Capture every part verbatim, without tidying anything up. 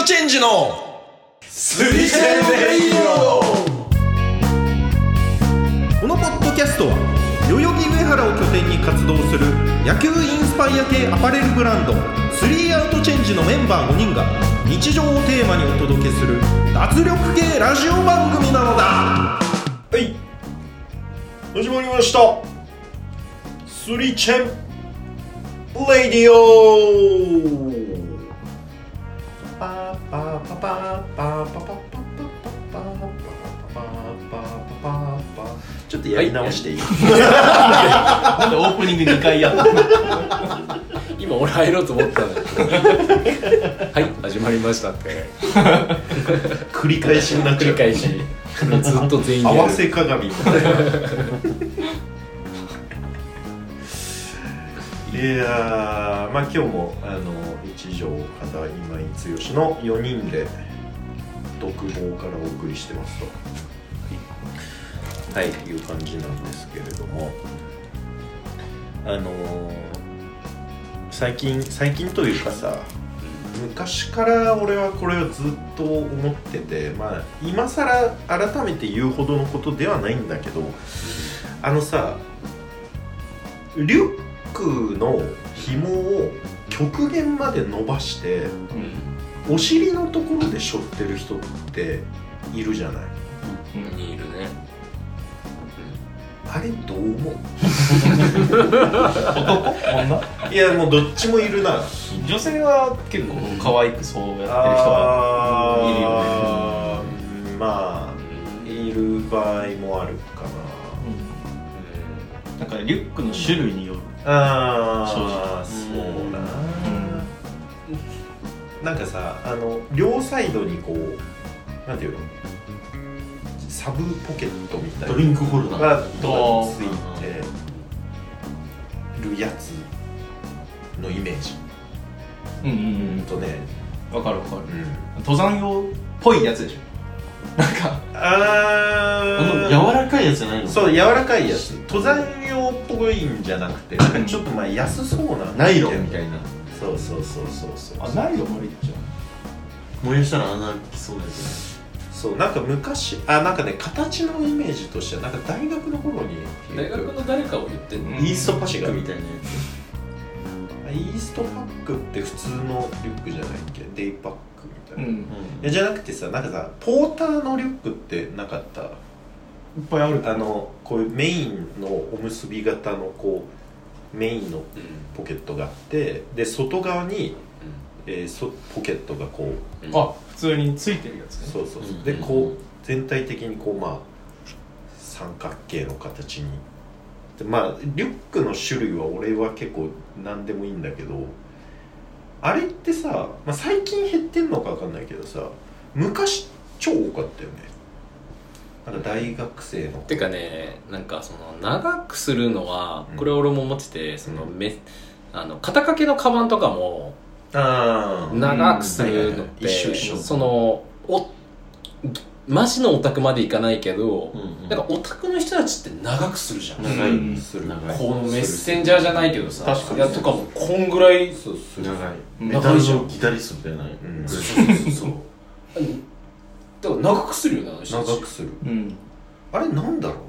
チェンジのスリセンレイディオ。このポッドキャストは代々木上原を拠点に活動する野球インスパイア系アパレルブランドスリーアウトチェンジのメンバーごにんが日常をテーマにお届けする脱力系ラジオ番組なのだ。はい、始まりました。スリチェンレディオ。パーパーパパーパーパパパパパパパパパパ。ちょっとやり直していい？ なんでオープニングにかいやったの？ 今俺入ろうと思ったのよ。はい、始まりましたって繰り返しになっちゃう。 繰り返しずっと全員でやる。 合わせ鏡みたいな。いやー、まあ今日もあの一条岡田今井剛のよにんで独房からお送りしてますと、はい、はい、いう感じなんですけれども、あのー、最近最近というかさ、昔から俺はこれをずっと思ってて、まあ今更改めて言うほどのことではないんだけど、あのさ、リュックの紐を極限まで伸ばして、うん、お尻のところで背負ってる人っているじゃない、 うん、いるね、 うん、あれどう思う？ 男？女？ いやもうどっちもいるな。 女性は結構可愛くそうやってる人がいるよね。 まあいる場合もあるかな、 うん、なんかリュックの種類による。 ああ、そうだな、うん、なんかさ、あの両サイドにこうなんていうの、サブポケットみたいなドリンクホルダーがとかついてるやつのイメージ。 うんうんうんとね、 わかるわかる、 うん、 登山用っぽいやつでしょ。なんかあー、 あの柔らかいやつじゃないの？ そう、柔らかいやつ、登山用っぽいんじゃなくて、なんかちょっとまあ安そうなナイロンみたいな。 そうそうそうそうそう。 あ、ナイロンもいいじゃん。燃やしたら穴開きそうですね。 そう、なんか昔、あ、なんかね、形のイメージとしてはなんか大学の頃に大学の誰かを言ってんの、 イーストパシがみたいなやつ。イーストパックって普通のリュックじゃないっけ？デイパックみたいな、うん、いやじゃなくてさ、なんかさ、ポーターのリュックってなかった？ いっぱいある。 あのこういうメインのおむすび型のこうメインのポケットがあって、で外側に、うん、えー、そポケットがこう、 うん、あ、普通についてるやつね。 そうそうそう、でこう全体的にこうまあ三角形の形に。でまあリュックの種類は俺は結構何でもいいんだけど、あれってさ、まあ、最近減ってんのか分かんないけどさ、昔超多かったよね。なんか大学生のてかね、なんかその長くするのは、これ俺も思ってて、そのめあの肩掛けのカバンとかも長くするのってそのおマジのオタクまでいかないけど、うんうん、なんかオタクの人たちって長くするじゃん。 長いする。 このメッセンジャーじゃないけどさ、いやとかもこんぐらいそうする。 長い。 長いじゃん。 ギタリストみたいな。うん、 そうそうそうそう。だから長くするよな、 長くする。 うん。 あれなんだろ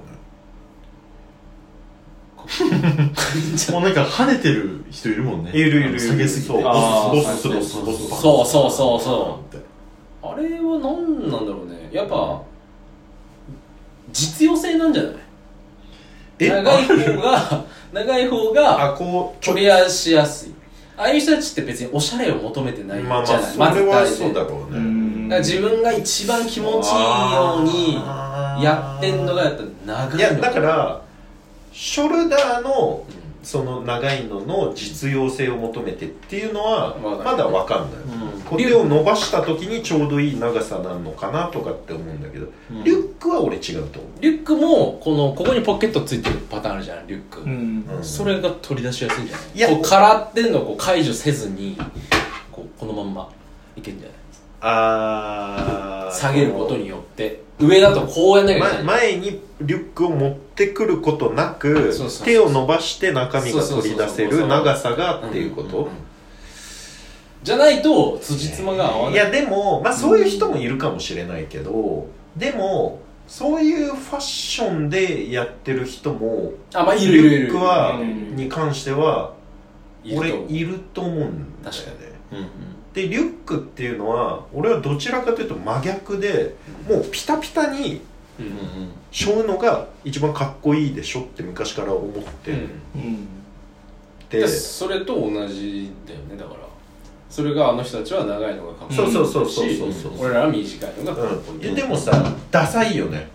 うね。もうなんか跳ねてる人いるもんね。 いるいるいる。 下げすぎて。 ああ、 そうそうそうそうそう。あれは何なんだろうね。やっぱ実用性なんじゃない？え、長い方が長い方が取り出しやすい。ああいう人たちって別におしゃれを求めてないじゃない。 まあまあそれはそうだろうね。 だから自分が一番気持ちいいようにやってんのがやったら長いの。いやだからショルダーのその長いのの実用性を求めてっていうのはまだ分かんない、うん、これを伸ばした時にちょうどいい長さなのかなとかって思うんだけど、うん、リュックは俺違うと思う。 リュックもこのここにポケットついてるパターンあるじゃん、リュック、うんうん、 それが取り出しやすいんじゃない？いやこう空ってんのをこう解除せずにこうこのまんまいけるんじゃない？ あ下げることによって上だとこうやんなきゃいけない、 ま、前にリュックを持ってくることなくそうそうそうそう手を伸ばして中身が取り出せる長さがっていうこと。 じゃないと辻褄が合わない。 いやでもまあそういう人もいるかもしれないけど、でもそういうファッションでやってる人もあ、まあ、いるいるいるリュックはに関してはいると俺いると思うんだよね。 確かに、 うんうん、 でリュックっていうのは俺はどちらかというと真逆で、もうピタピタに背負うのが一番かっこいいでしょって昔から思ってる、 うんうん、 ででそれと同じだよね。だからそれがあの人たちは長いのがかっこいいし、 そうそうそうそうそうそう、 俺らは短いのがかっこいい、 うん、でもさダサいよね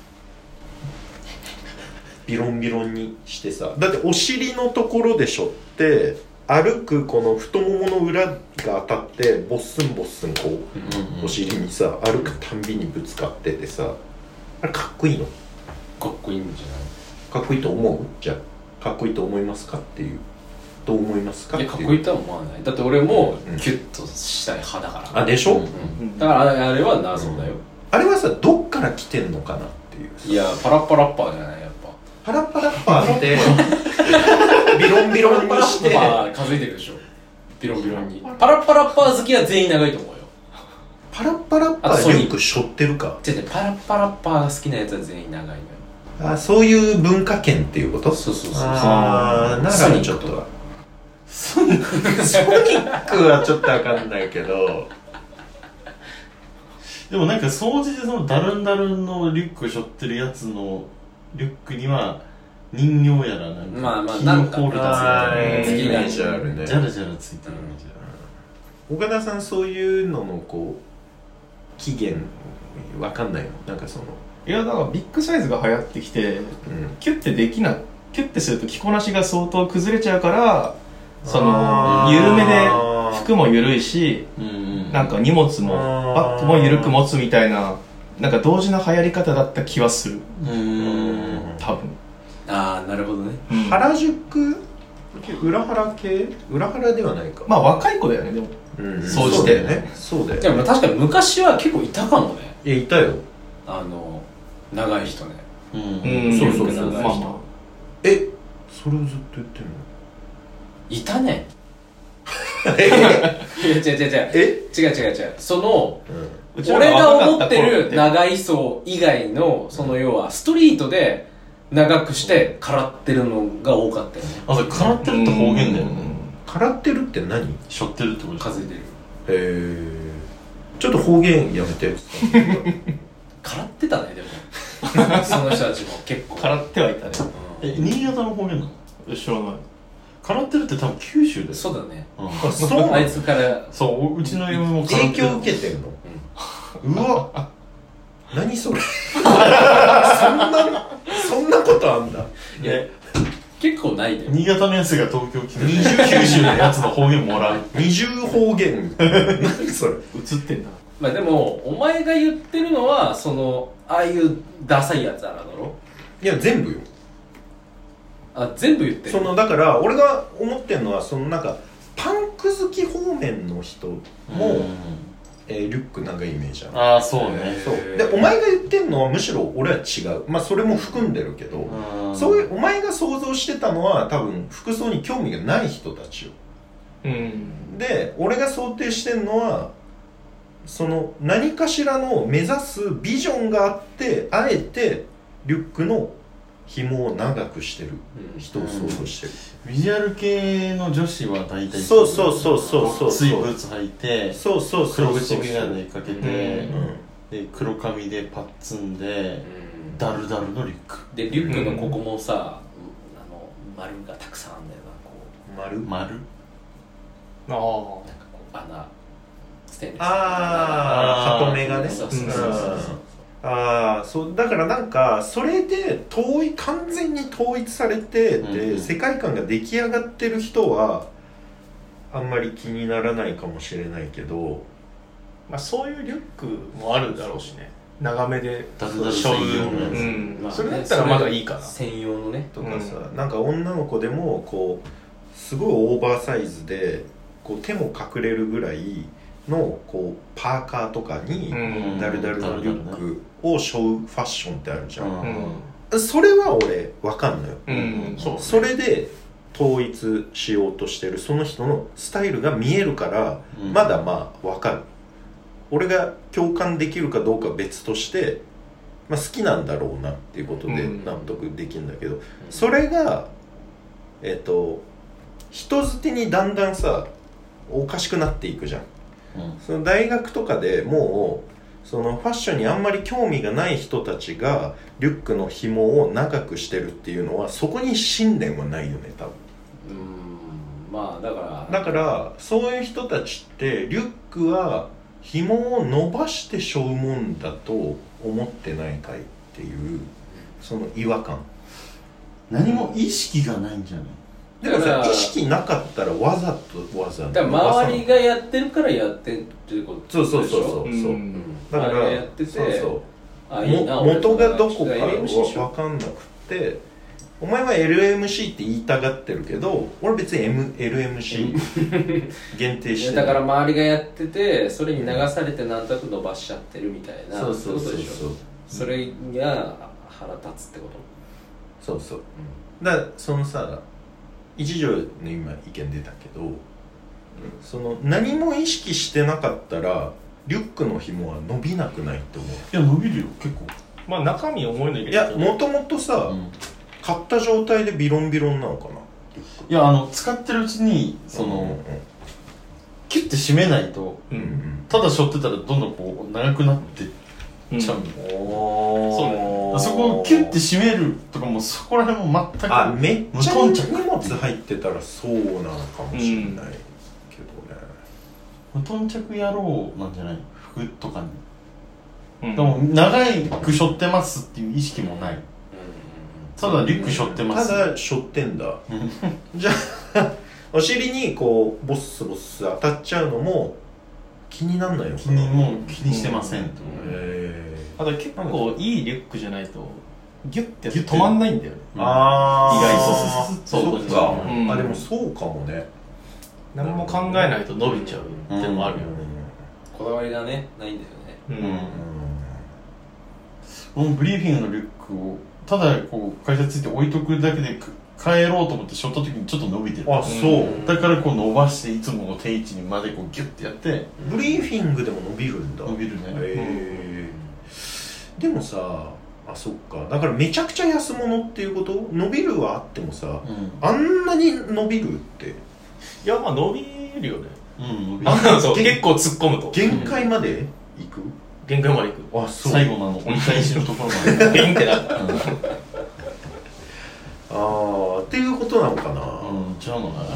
ビロンビロンにしてさ。だってお尻のところでしょって歩くこの太ももの裏が当たってボッスンボッスンこう、うんうん、お尻にさ歩くたんびにぶつかっててさ、あれかっこいいの？ かっこいいんじゃない？ かっこいいと思う？じゃあかっこいいと思いますかっていう、どう思いますかっていう。 いやかっこいいとは思わない。だって俺もキュッとしたい派だから、 あでしょ、 うんうん、だからあれは謎だよ、うん、 あれはさどっから来てんのかなっていう。 いやパラッパラッパーじゃない？やっぱパラッパラッパーってビロンビロンにしてパラッパラッパー数えてるでしょ。ビロンビロンにパラッパラッパー好きは全員長いと思うよ。 パラッパラッパーリュック背負ってるか。 違う違う、パラッパラッパーが好きなやつは全員長いのよ。 あ、そういう文化圏っていうこと？ そうそうそうそう。 ああ、ならちょっとソニックソニックはちょっとわかんないけどでもなんか総じてそのダルンダルンのリュックを背負ってるやつのリュックには人形やらなんかまあまあなんかキーホルダーついてるイメージあるね。 ジャラジャラついてるイメージある。岡田さんそういうののこう起源わかんないの？なんかそのいやだからビッグサイズが流行ってきて、うん、キュッてできなキュッてすると着こなしが相当崩れちゃうから、その緩めで服も緩いし、なんか荷物もバッグも緩く持つみたいな、なんか同時の流行り方だった気はする。うーん、多分。 ああなるほどね、 うん、原宿裏原系裏原ではないか。 まあ若い子だよねでも、 うん、 そうしてね。そうだよね。 でも確かに昔は結構いたかもね。 いやいたよ。 あの長い人ね。 うん、うん、そうそうそう。まあまあ。 え、それをずっと言ってるの？ いたね。いや違う違う違う。え？違う違う違う。その、うん、俺が思ってる長い層以外のその要はストリートで長くしてからってるのが多かったよね。 あ、それからってるって方言だよね。 からってるって何？ 背負ってるってこと？ 数えてる。 へえ。ちょっと方言やめて。 からってたねでも。その人たちも結構からってはいたね。 うん、え、新潟の方言なの？知らない。からってるって多分九州で。 そうだね。 うん、 あ、そう。 あいつからそううちの嫁も影響受けてるの。うん、うわ。何それ。そんなそんなことあんだ。 いや結構ないで。 新潟のやつが東京来て、九州のやつの方言もらう。 二重方言。何それ。 映ってんだ。 まあでもお前が言ってるのはそのああいうダサいやつあらだろ。 いや全部よ。 あ全部言ってる。 そのだから俺が思ってるのはそのなんかパンク好き方面の人も、えー、リュック長いイメージある。 ああそうね。 そうでお前が言ってるのはむしろ俺は違う。まあそれも含んでるけど、そういうお前が想像してたのは多分服装に興味がない人たちよ。うん、で俺が想定してるのはその何かしらの目指すビジョンがあってあえてリュックの紐を長くしてる人を想像してる、 うん、ビジュアル系の女子は大体そうそうそうそうそうついブーツ履いてそうそうそう黒縁眼鏡かけて、うん、で黒髪でパッツンで、うん、ダルダルのリュックでリュックのここもさ、うん、あの丸がたくさんあるんだよな。こう丸丸ああなんかこう穴ステンレスああハトメがね。 そうそうそうそうああそうだからなんかそれで統一完全に統一されてで、うん、世界観が出来上がってる人はあんまり気にならないかもしれないけど、 まあ、そういうリュックもあるだろうしね。長めでダルダル専用のやつ、 うんまあね、それだったらまだいいかな。 専用のねとかさ、うん、なんか女の子でもこうすごいオーバーサイズでこう手も隠れるぐらいのこうパーカーとかにダルダルのリュックを背負うファッションってあるじゃん、うん、それは俺わかんのよ、 うんそうね、 それで統一しようとしてるその人のスタイルが見えるから、うん、まだまあ分かる。俺が共感できるかどうかは別として、まあ、好きなんだろうなっていうことで納得できるんだけど、うん、それがえっと人づてにだんだんさおかしくなっていくじゃん、うん、その大学とかでもうそのファッションにあんまり興味がない人たちがリュックの紐を長くしてるっていうのはそこに信念はないよね多分。 うーんまあだからだからそういう人たちってリュックは紐を伸ばして背負うもんだと思ってないかいっていうその違和感。 何も意識がないんじゃない？ でもさ意識なかったらわざとわざとだから周りがやってるからやってるっていうことでしょ。 そうそうそうそう、うん、だからやっててそうそうあいいな元がどこか分かんなくてお前は エルエムシー って言いたがってるけど俺別に、M、エルエムシー 限定してだから周りがやっててそれに流されてなんとなく伸ばしちゃってるみたいな、 そうそうそうそうそれが腹立つってこと。 そうそう、うん、だからそのさ一条の今意見出たけど、うん、その何も意識してなかったらリュックの紐は伸びなくないって思う。 いや伸びるよ結構。 まあ中身重いんだけどいやもともとさ、うん、買った状態でビロンビロンなのかな。 いやあの使ってるうちにその、うんうん、キュッて締めないと、うんうん、ただ背負ってたらどんどんこう長くなってちゃう、うん、そうね、そこをキュッて締めるとかもそこら辺も全くあめっちゃ荷物入ってたらそうなのかもしれない、うん、けどね無頓着野郎なんじゃない服とかに、うん、でも長く背負ってますっていう意識もない、うん、ただリュック背負ってます、 ただ背負ってんだじゃあお尻にこうボッスボッス当たっちゃうのも気になんないのかな。 気にもう気にしてませんと、 うん、へー。あと結構いいリュックじゃないとギュッて止まんないんだよね、 うん、あ意外とそうそうか、うん、あでもそうかもね。 何も考えないと伸びちゃうっていうのもあるよね、 うん、こだわりがねないんだよね。 うん、うん、ブリーフィングのリュックをただこう会社ついて置いとくだけで帰ろうと思って背負った時にちょっと伸びてる。 あ、そうだからこう伸ばしていつもの定位置にまでこうギュッてやってブリーフィングでも伸びるんだ。 伸びるね。 へー。でもさあそっかだからめちゃくちゃ安物っていうこと。伸びるはあってもさ、うん、あんなに伸びるっていやまあ伸びるよね。 うん伸びるそう結構突っ込むと限界まで行く、うん、 限界まで行く。 あそう最後の折り返しのところまでビンってなった、うんあーっていうことなのかな。 うん違うのかな。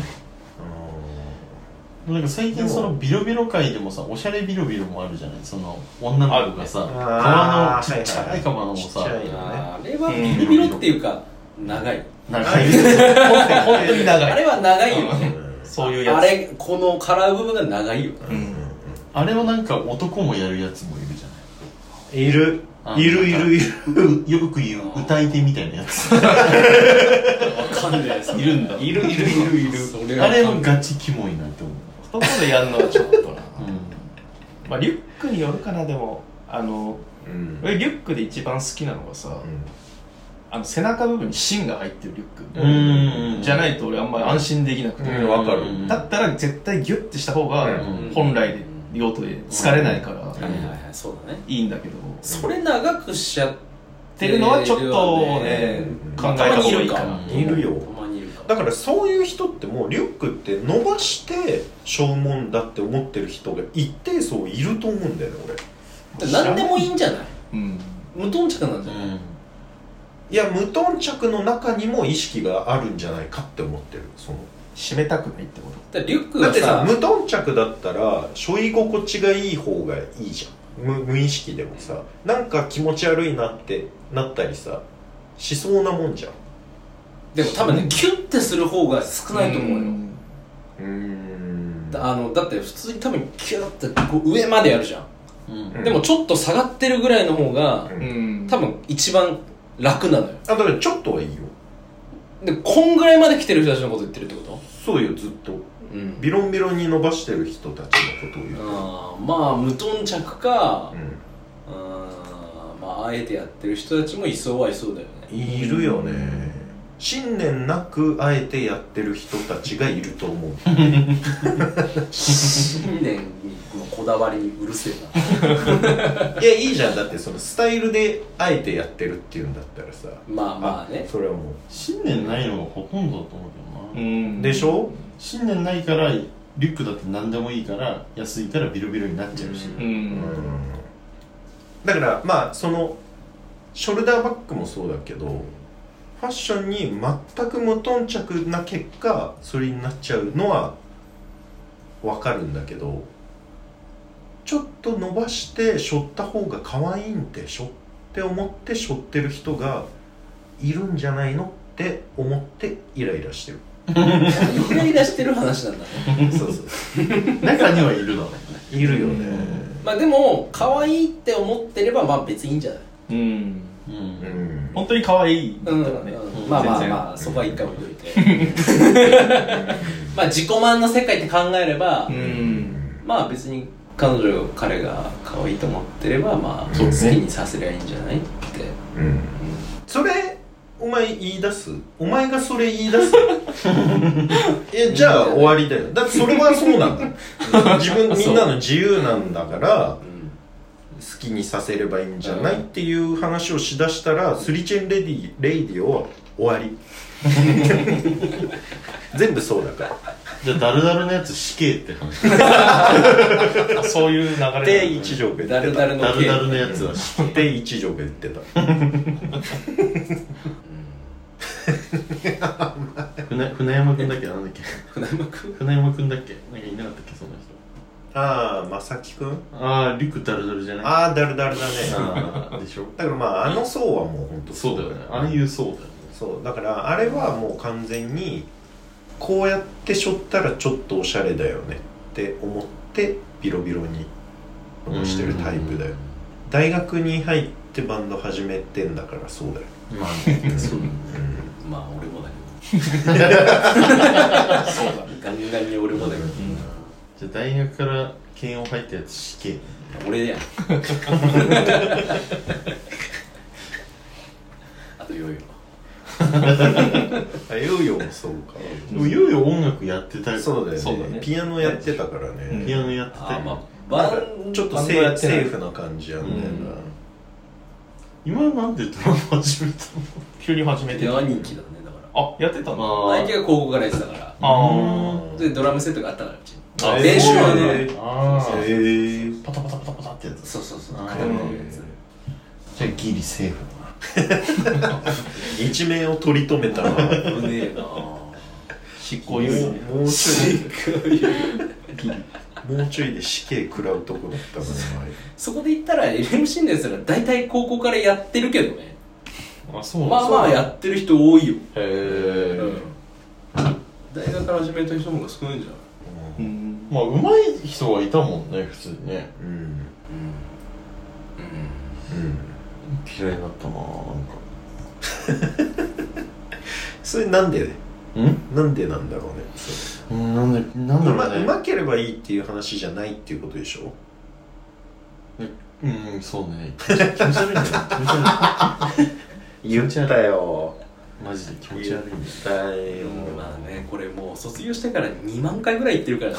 なんか最近そのビロビロ界でもさおしゃれビロビロもあるじゃない。その女の子がさ革のちっちゃい革のもさ、 あれはビロビロっていうか長い長い本当に長い。あれは長いよね。 そういうやつ。 あれこのカラー部分が長いよ、うん、 あれはなんか男もやるやつもいるじゃない。 いるいるいるいるよく言う歌い手みたいなやつわかんないです。 いるんだ。 いるいるいるいる。 あれはガチキモいなって思う。 男でやるのはちょっとな、うんまあ、リュックによるかな。でもあの、うん、俺リュックで一番好きなのがさ、うん、あの背中部分に芯が入ってるリュック、うん、じゃないと俺あんまり安心できなくて、 うん、分かる。 だったら絶対ギュッてした方が本来で用途で疲れないから、うんはいはいはいそうだねいいんだけど、 それ長くしちゃってるのはちょっとね考えた方がいいかな。 いるよ。だからそういう人ってもうリュックって伸ばして背負うもんだって思ってる人が一定層いると思うんだよね俺。何でもいいんじゃない、うん、無頓着なんじゃない、うん、 いや無頓着の中にも意識があるんじゃないかって思ってる。その締めたくないってこと。 だリュックがさだってさ無頓着だったら背負い心地がいい方がいいじゃん。 無, 無意識でもさなんか気持ち悪いなってなったりさしそうなもんじゃん。 でも多分ねキュッてする方が少ないと思うよ。 うーんだあのだって普通に多分キュッてこう上までやるじゃん、うん、でもちょっと下がってるぐらいの方が、うん、多分一番楽なのよ。 あだからちょっとはいいよ。 でこんぐらいまで来てる人たちのこと言ってるってこと。 そうよずっと、うん、ビロンビロンに伸ばしてる人たちのことを言う。 あまあ無頓着か、うん、あまああえてやってる人たちもいそうはいそうだよね。 いるよね。 信念なくあえてやってる人たちがいると思う信念のこだわりにうるせえないやいいじゃん。だってそのスタイルであえてやってるっていうんだったらさ、 まあまあね、 それはもう信念ないのがほとんどだと思うけどな。 うんでしょ。 信念ないからリュックだって何でもいいから安いからビロビロになっちゃうし、 うんうんだからまあそのショルダーバッグもそうだけど、ファッションに全く無頓着な結果それになっちゃうのは分かるんだけど、ちょっと伸ばして背負った方が可愛いんでしょって思って背負ってる人がいるんじゃないのって思ってイライラしてるイライラしてる話なんだねそうそう中にはいるだろうね。 いるよね。 まあでも可愛いって思ってればまあ別にいいんじゃない。 うんうんうん本当に可愛いうん、 だからね、 うん、まあまあまあそこは一回置いといてまあ自己満の世界って考えれば、 うん、 まあ別に彼女彼が可愛いと思ってればまあ好きにさせりゃいいんじゃないって、 うんうん、それお前言い出す？お前がそれ言い出す？えじゃあ終わりだよ。だってそれはそうなんだ自分みんなの自由なんだから好きにさせればいいんじゃないっていう話をしだしたら、スリチェンレディレイディオは終わり全部そうだから。 じゃあダルダルのやつ死刑って話そういう流れで一条が言ってた。 ダルダルのダルダルのやつは死刑で一条が言ってた船, 船山くんだっけなんだっけ船山くん船山くんだっけなんかいなかったっけそんな人。 ああ、まさきくん。 ああ、リュックダルダルじゃない。 ああ、ダルダルだね。 あでしょ。 だからまああの層はもう本当そうだよね。ああいう層だよね。 そうだからあれはもう完全にこうやって背負ったらちょっとおしゃれだよねって思ってビロビロに伸ばしてるタイプだよ。大学に入ってバンド始めてんだからそうだよ。 まあね、そう、うん、まあ俺もだけどそうだガンガンに俺もだけど、うん、 じゃあ大学から慶応入ったやつ死刑。 俺やんあとヨーヨあ、ヨーヨーもそうか。 でもヨーヨー音楽やってた。 そうだよね。 そうだね。 ピアノやってたからね。 うん、ピアノやってた。 あ、まあ、 バンちょっとセーフな感じやんだよな。 今なんでドラム始めたの？ 急に始めてた。 兄貴だね、だから。 あ、やってたの？ 兄貴が高校からやってたから。 ああ。でドラムセットがあったからうち。 あ、 練習はね。 ああ。 へえ。 パタパタパタパタってやつ。 そうそうそう。 じゃあギリセーフだな。 一命を取り留めたな。 危ねえな。 執行猶予。 もうちょい。もうちょいで死刑食らうとこだったもんね。 そこで言ったら エルエム 信念すら大体高校からやってるけどね。 あ、そうなんまあまあやってる人多いよ。 へえ、 うん。大学から始めた人の方が少ないんじゃない？ うん。まあ上手い人はいたもんね、普通にね。 うん。うん。うん。 嫌いだったな、なんか。 それなんで？ ん？ なんでなんだろうね。 うん、なんで、なんだろうね。 うまければいいっていう話じゃないっていうことでしょ？ うん、そうね。気持ち悪いんだよ。気持ち悪い。 言ったよ。 マジで気持ち悪いんだよ。 まあね、これもう卒業してからにまんかいぐらい行ってるからね。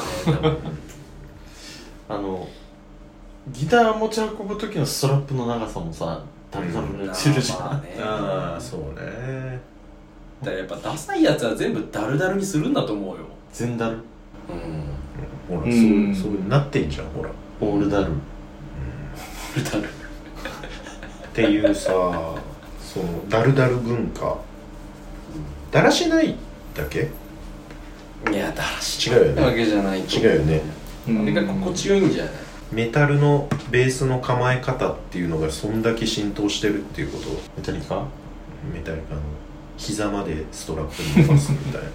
あのギター持ち運ぶ時のストラップの長さもさ、ダルダルのやついるじゃん。 ああ、そうね。 だからやっぱダサいやつは全部ダルダルにするんだと思うよ。 全ダル。 うん。 ほら、そう、そうなってんじゃん、ほら。 オールダル。 ダルっていうさ、そのダルダル文化、だらしないだけ？ いや、だらし違うよね。 わけじゃない。 違うよね。 あれが心地よいんじゃない？ メタルのベースの構え方っていうのがそんだけ浸透してるっていうこと。 メタリカ？ メタリカの膝までストラップに伸ばすみたいな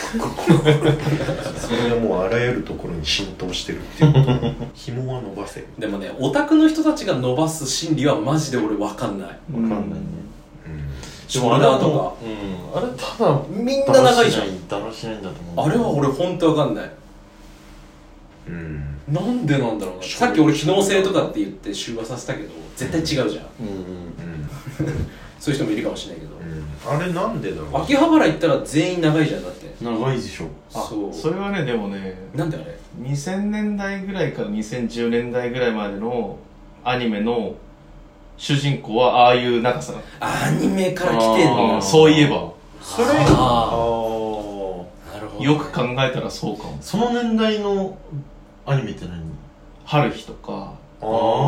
それがもうあらゆるところに浸透してるっていうこと紐は伸ばせ。 でもね、オタクの人たちが伸ばす心理はマジで俺分かんない。 分かんないね。 でもあれはとか、 うん、あれただみんな長いじゃん。 だらしないんだと思う。 あれは俺本当分かんない。 うん。 なんでなんだろうな。さっき俺機能性とかって言って終和させたけど絶対違うじゃん。 うんうんうん。 そういう人もいるかもしれないけど、 うん、あれなんでだろう。 秋葉原行ったら全員長いじゃん。だって長いでしょ。 そうそれはねでもねなんであれにせんねんだいぐらいからにせんじゅうねんだいぐらいまでのアニメの主人公はああいう長さ。 アニメから来てんの。 そういえばそれああなるほど、ね、よく考えたらそうかも。 その年代のアニメって何？ 春日とかああ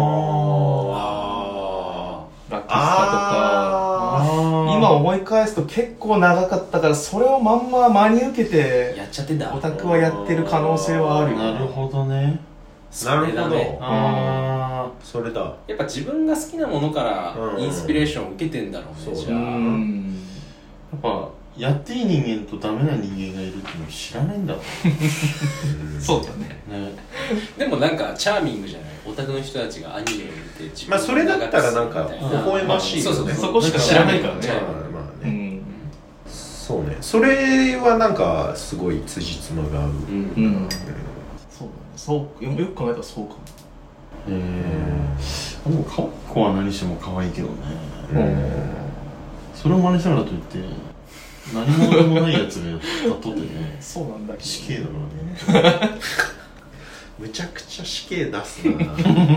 ラキスタとか今思い返すと結構長かったから、それをまんま真に受けてやっちゃってんだ。 オタクはやってる可能性はあるよ。 なるほどね。 なるほど、 ね、 ああそれだ。 やっぱ自分が好きなものからインスピレーションを受けてんだろうね、うん、じゃあうんやっぱやっていい人間とダメな人間がいるっていうの知らないんだろうそうだねね。 でもなんかチャーミングじゃない、オタクの人たちがアニメを見て自分まあそれだったらなんか微笑ましいよね、 そうそうそこしか知らないからね。 まあね、うん、そうね、それはなんかすごい辻褄が合う、うんうんうん、 そうだね、そうよく考えたらそうかも。 えー、でも可愛い子は何しても可愛いけどね、うん、それを真似したからといって何者でもないやつがやったとってねそうなんだけど死刑だからねむちゃくちゃ死刑出すな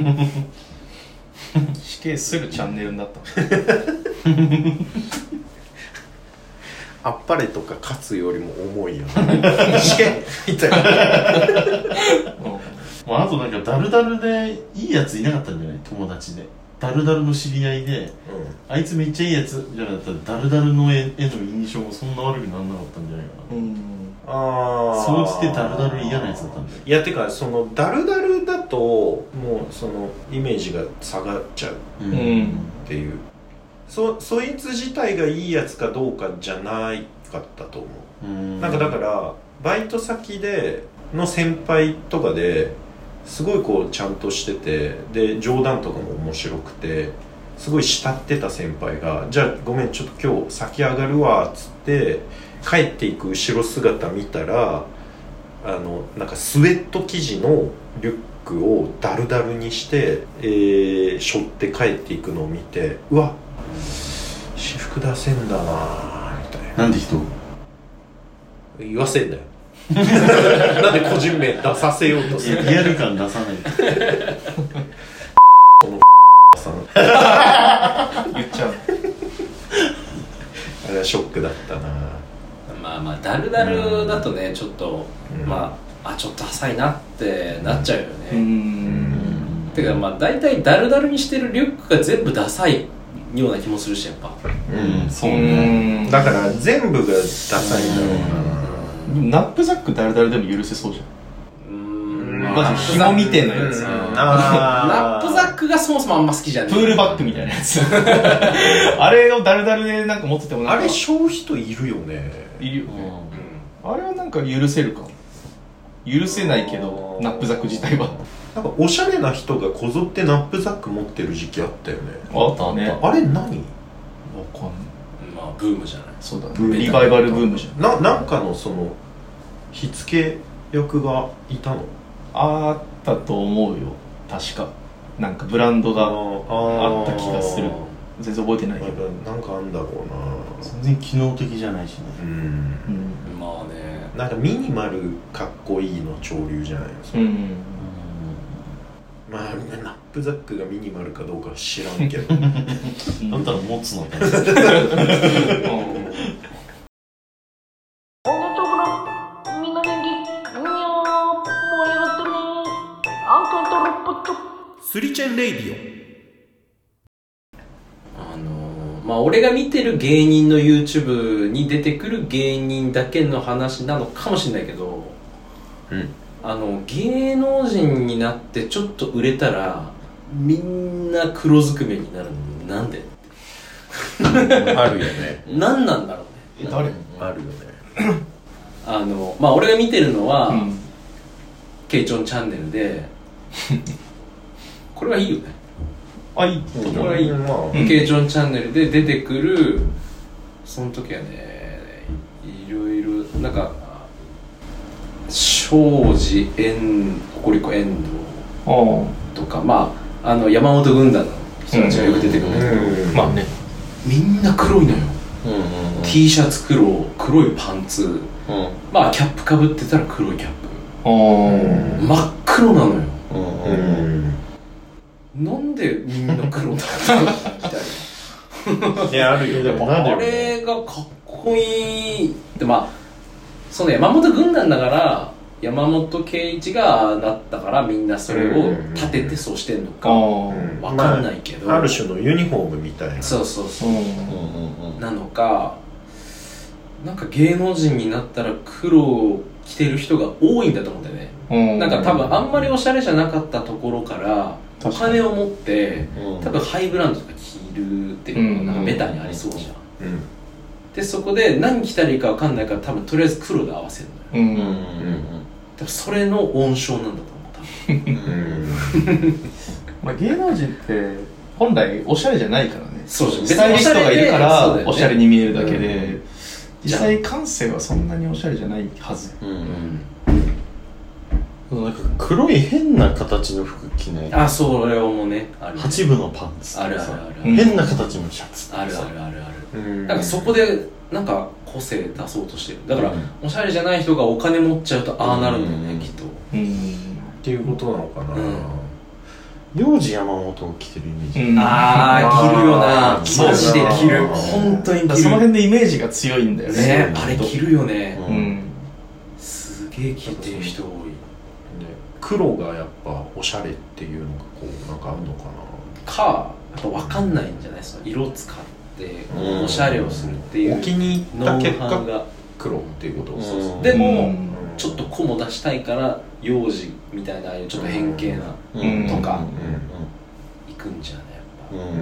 死刑するチャンネルになったあっぱれとか勝つよりも重いよね死刑みたいなまあ、あとなんかダルダルでいいやついなかったんじゃない？友達でダルダルの知り合いで、うん、あいつめっちゃいいやつじゃなかったらダルダルの絵の印象もそんな悪くならなかったんじゃないかな。うんああ総じてダルダル嫌なやつだったんだよ。 いやてかそのダルダルだともうそのイメージが下がっちゃうっていう、うん、そ, そいつ自体がいいやつかどうかじゃないかったと思う。うん、なんかだからバイト先での先輩とかですごいこうちゃんとしててで冗談とかも面白くてすごい慕ってた先輩がじゃあごめんちょっと今日先上がるわっつって帰っていく後ろ姿見たらあのなんかスウェット生地のリュックをダルダルにして、えー、背負って帰っていくのを見てうわ私服出せんだなみたいな。 なんで人言わせんだよなんで個人名出させようとする。 リアル感出さないこのさん言っちゃうあれはショックだったな。 まあまあダルダルだとねちょっと、うん、まああちょっと浅いなってなっちゃうよね。うんうんてかまあ大体ダルダルにしてるリュックが全部ダサいような気もするしやっぱうんそうね。だから全部がダサいんだろうな。 ナップザックダルダルでも許せそうじゃん。うーんまず紐みてえなやつ。 ナップザックがそもそもあんま好きじゃない。 プールバッグみたいなやつあれをダルダルでなんか持っててもなんかあれ消費といるよね。 いるよね、うん、あれはなんか許せるかも。許せないけどナップザック自体はなんかおしゃれな人がこぞってナップザック持ってる時期あったよね。 あったね。 あれ何？わかんない。 まあブームじゃない。 そうだね。リバイバルブームじゃん。 ななんかのその火付け役がいたの？ あったと思うよ。確かなんかブランドがあった気がする。全然覚えてないけど。 なんかあんだろうな。 全然機能的じゃないしね。うん。うん、 まあね。 なんかミニマルかっこいいの潮流じゃないですか。うん。うん、まあナップザックがミニマルかどうかは知らんけど。 だったら持つのか。 スリチェンレイディオ。あのー、まあ俺が見てる芸人の YouTube に出てくる芸人だけの話なのかもしれないけど、うん、あの芸能人になってちょっと売れたらみんな黒ずくめになるのなんであるよね。 何なんだろうね。 誰あるよね。 あのまあ俺が見てるのは、うん、ケイチョンチャンネルでこれはいいよね。 あ、いい。 これはいい。まあ、ケイチョンチャンネルで出てくるその時はねいろいろなんか庄司遠ココリコ遠藤とかまああの山本軍団の人たちがよく出てくるんだけど、 まあねみんな黒いのよ、 うんうんうん、 T シャツ黒、黒いパンツ、うん、まあキャップかぶってたら黒いキャップ、うん、真っ黒なのよ、うんうんうん、なんでみんな黒だみたいな。いや、あるよ。でもあれがかっこいい。で、まあその山本軍団だから山本圭一がなったからみんなそれを立ててそうしてんのかわかんないけど、 まあ、ある種のユニフォームみたいな、 そうそうそう、うんうんうん、なのか、なんか芸能人になったら黒を着てる人が多いんだと思うんだよね、うん、なんか多分あんまりおしゃれじゃなかったところからお金を持って多分ハイブランドとか着るっていうのがなんかベタにありそうじゃん、うんうん、でそこで何着たらいいか分かんないから多分とりあえず黒で合わせるのよ、うんうんうん、多分それの温床なんだと思う多分まあ芸能人って本来おしゃれじゃないからね、 そうスタイリストがいるからおしゃれに見えるだけで、うん、実際感性はそんなにおしゃれじゃないはず、うんうん、なんか黒い変な形の服着ない、 あ、それもね、あるね、 八分のパンツあるあるある、 変な形のシャツあるあるあるある、うん、なんかそこでなんか個性出そうとしてる、だから、うん、おしゃれじゃない人がお金持っちゃうとああなるんだよね、うん、きっと、うん、 っていうことなのかな、うん、 幼児山本を着てるイメージ、 うん、ああ着るよな、マジで着る、本当に着る、 その辺でイメージが強いんだよね、 ね、あれ着るよね、うん、すげえ着てる人多い、 黒がやっぱおしゃれっていうのがこうなんかあるのかな、 かやっぱ分かんないんじゃないですか、色使っておしゃれをするっていう、 お気に入った結果黒っていうことです、 でもちょっと個も出したいから幼児みたいなちょっと変形なとかいくんじゃないやっ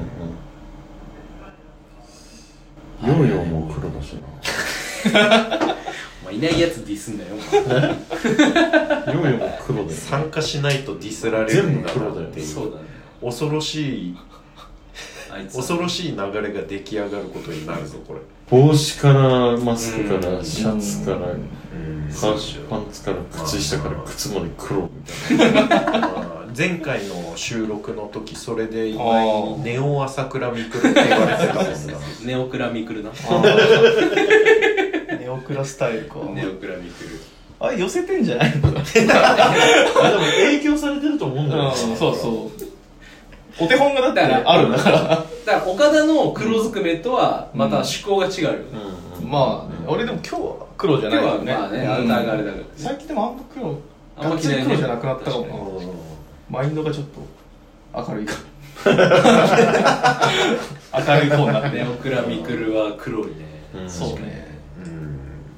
ぱ、ヨーヨーも黒だしなお前いないやつディスんだよヨーヨーも黒だよ、ね、 参加しないとディスられるんだなっていう、 そうだね、 恐ろしい恐ろしい流れが出来上がることになるぞこれ。 帽子からマスクからシャツからパンツから靴下から靴まで黒みたいな前回の収録の時それで今井ネオ朝倉未来って言われてたもんなネオクラ未来なネオクラスタイルか、 ネオクラ未来あれ寄せてんじゃないのでも影響されてると思うんだよね、 うん、そうそうお手本がだってあるんだからだから岡田の黒ずくめとはまた趣向が違うよね、 うんうん、まあ、ね、俺でも今日は黒じゃないよね、 今日はまあね、うん、あれだから最近でもあんま黒あんま黒じゃなくなったかもな、マインドがちょっと明るいか明るい方になってネオクラミクルは黒いね、 うん、そうね、うん、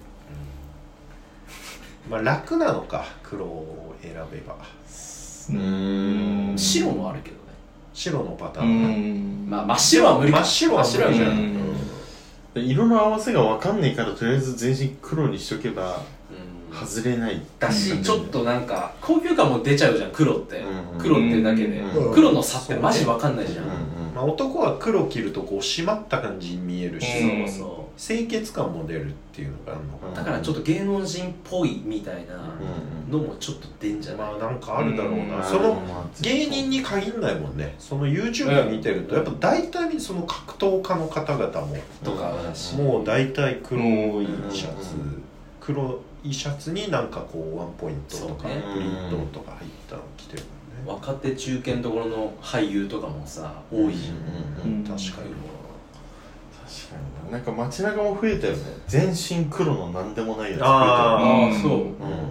まあ楽なのか黒を選べば、 うーん、白もあるけどね、 白のパターン、 まあ真っ白は無理か、 真っ白は無理じゃん、 うん、色の合わせが分かんないからとりあえず全身黒にしとけば外れないだし、ちょっとなんか高級感も出ちゃうじゃん黒って、うん、黒ってだけで、うん、黒の差ってマジ分かんないじゃん、うんうん、 まあ、男は黒着るとこう締まった感じに見えるし、 うん、そうそう清潔感も出るっていうのがあるのかな、 だからちょっと芸能人っぽいみたいなのもちょっと出んじゃない、 まあなんかあるだろうな、うん、その芸人に限らないもんね、その YouTube 見てるとやっぱ大体その格闘家の方々もとかだし、 もう大体黒いシャツ、黒いシャツになんかこうワンポイントとか、ね、プリントとか入ったの着てるもんね、 若手中堅ところの俳優とかもさ多いじゃん、うんうん、 確かに確かになんか街中も増えたよね、全身黒のなんでもないやつ増えたよね、 ああそう、うん、確かにね、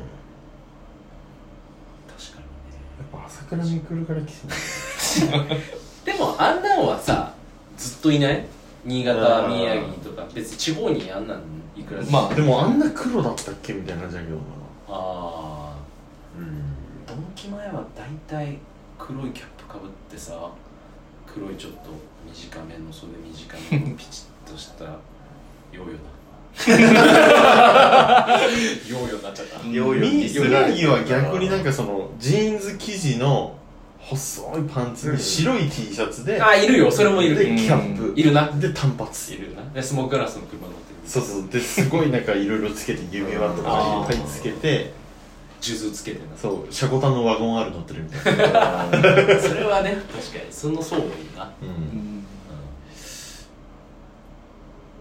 やっぱ朝倉未来から来てるでもあんなんはさずっといない、新潟、宮城とか別に地方にあんなんいくらでも、 まあでもあんな黒だったっけみたいな感じだけどな、 ああ、うん、ドンキ前は大体黒いキャップかぶってさ、黒いちょっと短めの袖短めのピチッとしたヨーヨーだヨーヨーになっちゃった、 ヨーヨーにするには逆になんかそのジーンズ生地の細いパンツに白い T シャツで、 あ、いるよ、それもいる、 でキャップいるな、 で短髪いるな、でスモークガラスの車乗ってる、 そうそう、ですごいなんかいろいろつけて指輪とかいっぱいつけて数珠つけてな、 そう、シャコタンのワゴン R 乗ってるみたいなそれはね、確かにその層もいいな、うん、うん、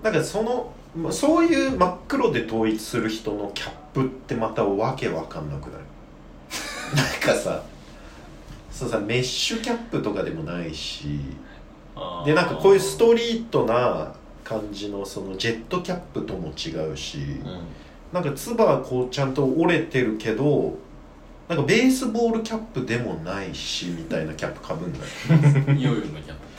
なんかそのそういう真っ黒で統一する人のキャップってまたわけわかんなくないなんかさそうさメッシュキャップとかでもないしでなんかこういうストリートな感じのそのジェットキャップとも違うし、うん、なんかつばはこうちゃんと折れてるけどなんかベースボールキャップでもないしみたいなキャップかぶんないヨーヨーのキャップ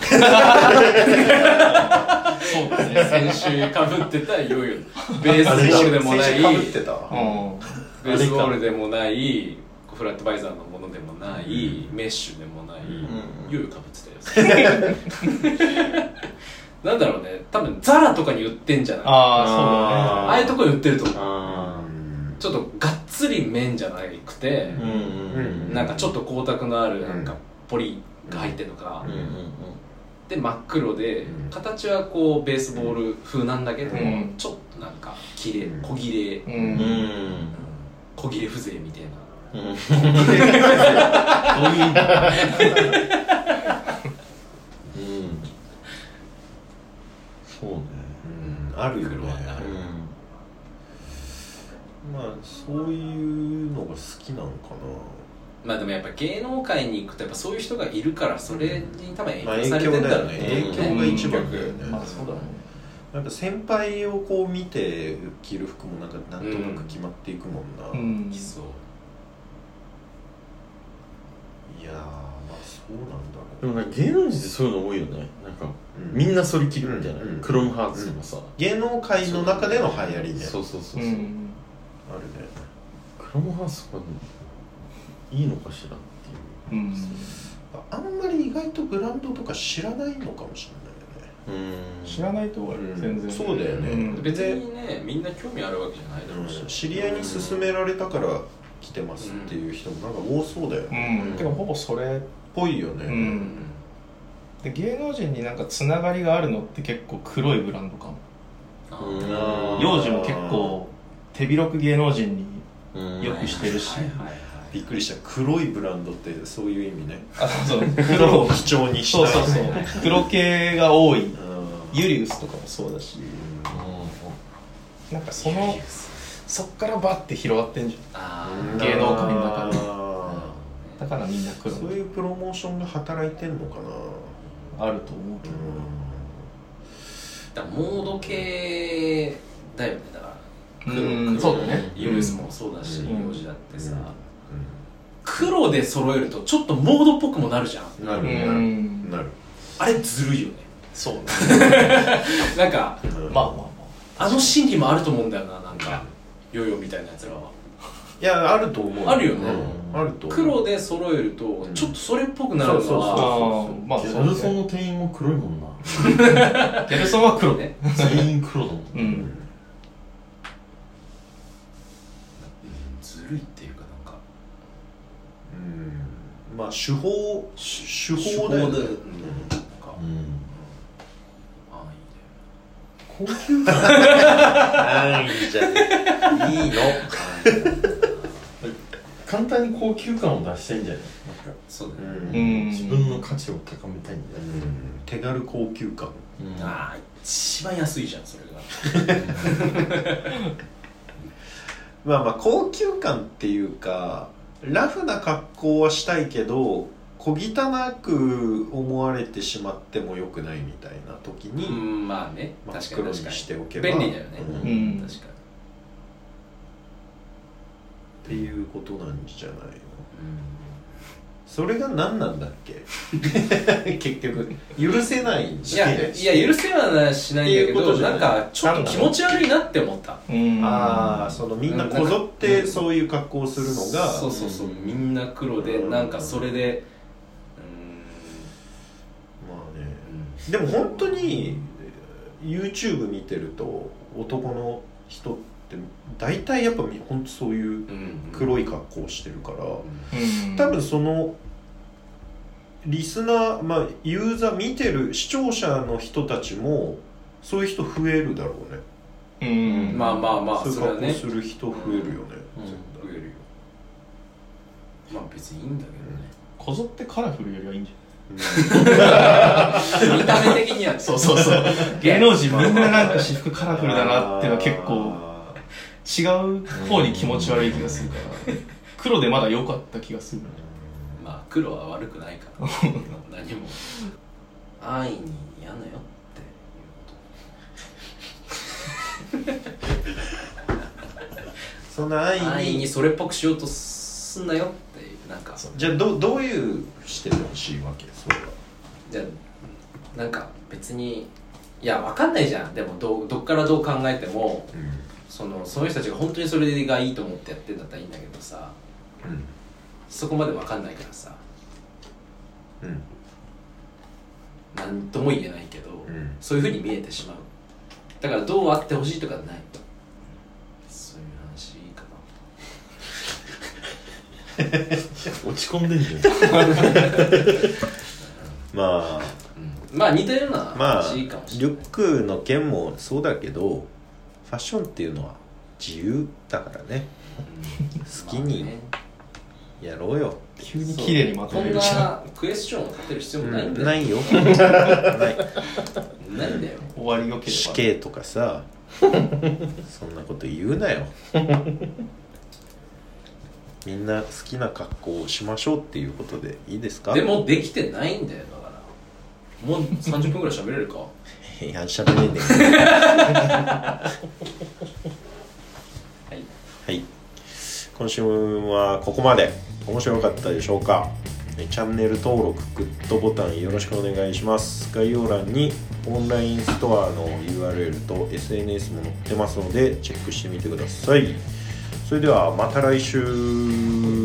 そうだね先週かぶってたヨーヨーベースボールでもないかぶってた、 うん、ベースボールでもないフラットバイザーのものでもない、うん、メッシュでもない、うん、ヨーヨーかぶってたよなんだろうね多分ザラとかに売ってんじゃない。 ああそうだねああいうとこに売ってると思う。ちょっとがっつり麺じゃなくて、うんうんうん、なんかちょっと光沢のあるなんかポリが入ってるのか、うんうんうん、で真っ黒で、うん、形はこうベースボール風なんだけど、うん、ちょっとなんか綺麗小切れ、うんうん、小切れ風情みたいな、うん、小切れ風情どういう意味だうんそうね、 うん、あるよね、まあそういうのが好きなのかな。 まあでもやっぱ芸能界に行くとやっぱそういう人がいるからそれに多分影響されてるんだろうね、 まあ、影響だよね、影響が一番だよね、 うん、まあそうだね。 やっぱ先輩をこう見て着る服もなんかなんとなく決まっていくもんな、うん、 そういやーまあそうなんだろう。 でもなんか芸能人ってそういうの多いよね。なんか、うん、みんなそれ着るみたいな、うん、クロムハーツとかさ、うん、 芸能界の中での流行りね。 そうそうそうそう、うん、 あるね。 クロムハーツとかいいのかしらっていう、うん、 あんまり意外とブランドとか知らないのかもしれないよね。 うん知らないとは全然、 うん、そうだよね、うん、 別にねみんな興味あるわけじゃないだろうし、うん、 知り合いに勧められたから来てますっていう人もなんか多そうだよね、 うん、てかほぼそれっぽいよね、うん、 で芸能人になんかつながりがあるのって結構黒いブランドかも。幼児も結構手広く芸能人によくしてるし、 びっくりした。黒いブランドってそういう意味ね。 あそうそう黒を基調にした。 そうそうそう黒系が多い。ユリウスとかもそうだし、なんかそのそっからバッて広がってんじゃん芸能界の中で。だからみんな黒。 そういうプロモーションが働いてんのかな。 あると思うけど。 だからモード系だよね。だから黒、 うん、そうだね。 ユリウスもそうだし、幼児だってさ。黒で揃えるとちょっとモードっぽくもなるじゃん。 なるね、うん、なる。 あれずるいよね。 そうなんか、 うん、まあまあまああの心理もあると思うんだよな。なんかヨーヨーみたいなやつらはいやあると思う。 あるよね、 うん、あると思う。 黒で揃えるとちょっとそれっぽくなるのは、うん、 そうそうそうまあギャルソンの店員も黒いもんな。 ギャルソンは黒ね。 全員黒だもん、うん、 ずるいっていうかなんかうんまあ手法手法だよね。うん、 ああいいね。高級感あいいじゃん。いいの。 簡単に高級感を出したいんじゃない？なんかそうだね、 うん、自分の価値を高めたいんだよ、 うん、手軽高級感、 うん、ああ一番安いじゃんそれが。 まあまあ高級感っていうかラフな格好はしたいけど小汚く思われてしまってもよくないみたいな時に、 うん、まあね真っ黒にしておけば便利だよね、うん、確かにっていうことなんじゃないの、うん、それが何なんだっけ。結局許せないんだよね。いやいや許せはしないんだけどなんかちょっと気持ち悪いなって思った。 ああそのみんなこぞってそういう格好をするのが、 そうそうそうみんな黒でなんかそれででも本当に YouTube 見てると男の人って大体やっぱ本当そういう黒い格好をしてるから、うんうん、多分そのリスナー、まあ、ユーザー見てる視聴者の人たちもそういう人増えるだろうね、 うん、まあまあまあそういう格好する人増えるよね、 うん、増えるよ。まあ別にいいんだけどね。 こぞってカラフルよりはいいんじゃん。 見た目的にはそうそうそう芸能人みんななんか私服カラフルだなっていうのは結構違う方に気持ち悪い気がするから黒でまだ良かった気がする。 まあ黒は悪くないから何も安易にやんなよっていうことそんな安易に安易にそれっぽくしようとすんなよっていうなんかじゃあ ど, どういうしてほしいわけそれは。 じゃあなんか別にいや分かんないじゃん。でも ど, どっからどう考えても、うん、そのその人たちが本当にそれがいいと思ってやってんだったらいいんだけどさ、うん、そこまで分かんないからさ、うん、なんとも言えないけど、うん、そういう風に見えてしまう。だからどうあってほしいとかない。そういう話かな落ち込んでんじゃんまあ、 うん、まあ似たような話かもしれない、 まあ、リュックの件もそうだけどファッションっていうのは自由だからね、うん、好きにやろうよ。 急に綺麗にまとめるじゃん。 こんなクエスチョンを立てる必要もないんだよ、うん、 ないよないないんだよ。 終わりよければ死刑とかさそんなこと言うなよみんな好きな格好をしましょうっていうことでいいですか。 でもできてないんだよ。だからもうさんじゅっぷんぐらい喋れるかいや喋れねえはい、はい、今週はここまで。面白かったでしょうか。チャンネル登録グッドボタンよろしくお願いします。概要欄にオンラインストアの ユーアールエル と エスエヌエス も載ってますのでチェックしてみてください。それではまた来週。